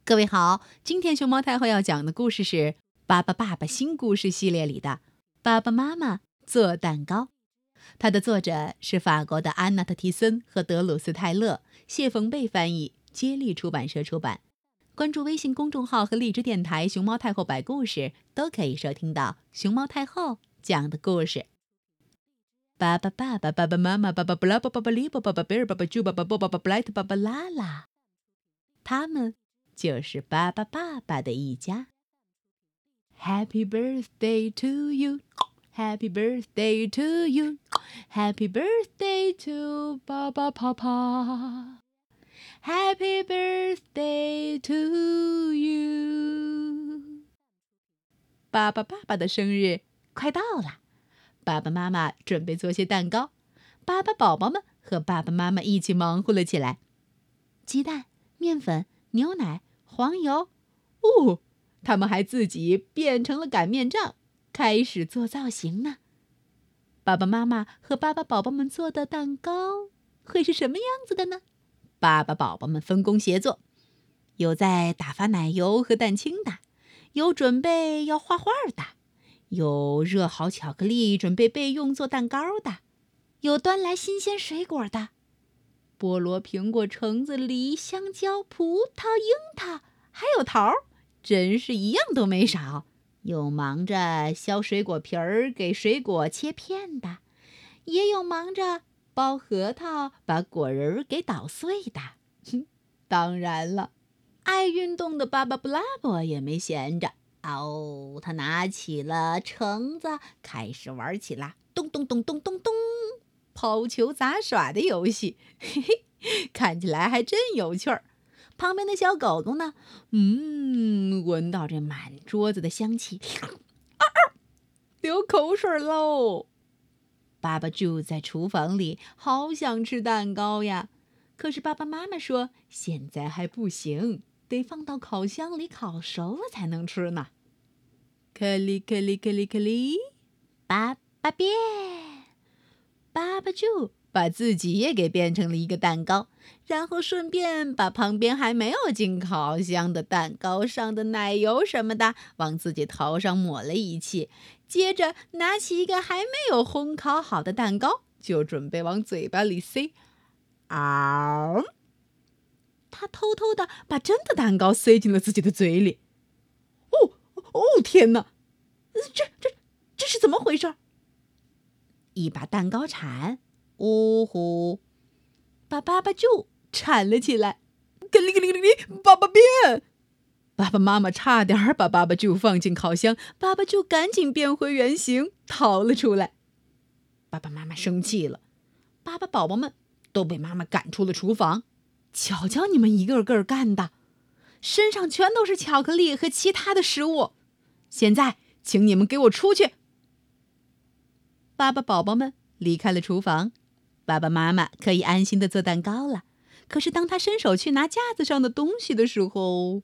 各位好，今天熊猫太后要讲的故事是《巴巴爸爸新故事》系列里的《爸爸妈妈做蛋糕》。它的作者是法国的安娜特·提森和德鲁斯·泰勒，谢冯贝翻译，接力出版社出版。关注微信公众号和荔枝电台熊猫太后摆故事，都可以收听到熊猫太后讲的故事。爸爸爸爸、爸爸妈妈、爸爸布拉、爸爸巴利、爸爸贝尔、爸爸猪、爸爸波、爸爸布莱特、爸爸拉拉，他们就是巴巴爸爸的一家。Happy birthday to you, Happy birthday to you, Happy birthday to 爸爸Papa, Happy birthday to you。 巴巴爸爸的生日快到了，爸爸妈妈准备做些蛋糕，巴巴宝宝们和爸爸妈妈一起忙活了起来。鸡蛋、面粉、牛奶、黄油，他们还自己变成了擀面杖，开始做造型呢。爸爸妈妈和巴巴宝宝们做的蛋糕会是什么样子的呢？巴巴宝宝们分工协作，有在打发奶油和蛋清的，有准备要画画的，有热好巧克力准备备用做蛋糕的，有端来新鲜水果的，菠萝、苹果、橙子、梨、香蕉、葡萄、樱桃，还有桃，真是一样都没少。有忙着削水果皮儿给水果切片的，也有忙着剥核桃把果仁儿给捣碎的。当然了，爱运动的巴巴布拉伯也没闲着。他拿起了橙子，开始玩起了咚咚咚咚咚咚抛球杂耍的游戏，看起来还真有趣儿。旁边的小狗狗呢，闻到这满桌子的香气，流口水喽。爸爸住在厨房里，好想吃蛋糕呀，可是爸爸妈妈说现在还不行，得放到烤箱里烤熟了才能吃呢。克里克里克里克里，爸爸变，爸爸就把自己也给变成了一个蛋糕，然后顺便把旁边还没有进烤箱的蛋糕上的奶油什么的往自己头上抹了一气，接着拿起一个还没有烘烤好的蛋糕，就准备往嘴巴里塞。他偷偷的把真的蛋糕塞进了自己的嘴里。天哪，这是怎么回事？一把蛋糕铲，呜呼，把爸爸就铲了起来。咯哩咯哩咯哩，爸爸变！爸爸妈妈差点把爸爸就放进烤箱，爸爸就赶紧变回原形，逃了出来。爸爸妈妈生气了，爸爸宝宝们都被妈妈赶出了厨房。瞧瞧你们一个个干的，身上全都是巧克力和其他的食物。现在，请你们给我出去！爸爸宝宝们离开了厨房，爸爸妈妈可以安心的做蛋糕了。可是当他伸手去拿架子上的东西的时候，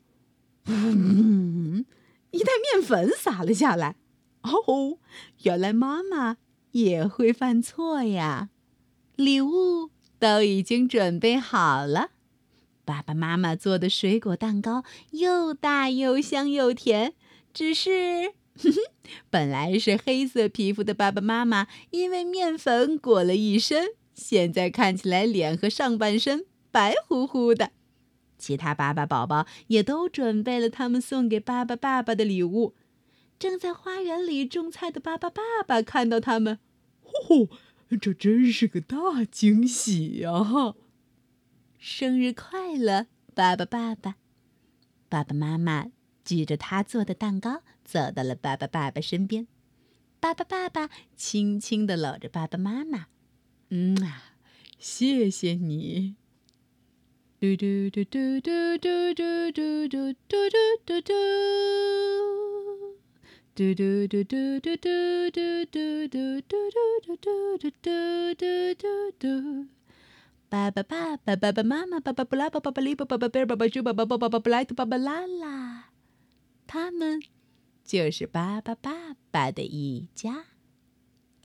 一袋面粉洒了下来。原来妈妈也会犯错呀！礼物都已经准备好了，爸爸妈妈做的水果蛋糕又大又香又甜，只是本来是黑色皮肤的爸爸妈妈，因为面粉裹了一身，现在看起来脸和上半身白乎乎的。其他巴巴宝宝也都准备了他们送给巴巴爸爸的礼物。正在花园里种菜的巴巴爸爸看到他们，这真是个大惊喜呀！生日快乐，巴巴爸爸！爸爸妈妈举着他做的蛋糕走到了巴巴爸爸身边，巴巴爸爸轻轻地搂着爸爸妈妈，谢谢你。嘟嘟嘟嘟嘟嘟嘟嘟嘟嘟嘟嘟，嘟嘟嘟嘟嘟嘟嘟嘟嘟嘟嘟嘟嘟嘟嘟。爸爸爸爸、爸爸妈妈、爸爸布拉、爸爸巴利、爸爸贝尔、爸爸猪、爸爸爸爸布莱特、爸爸拉拉，他们就是巴巴爸爸的一家。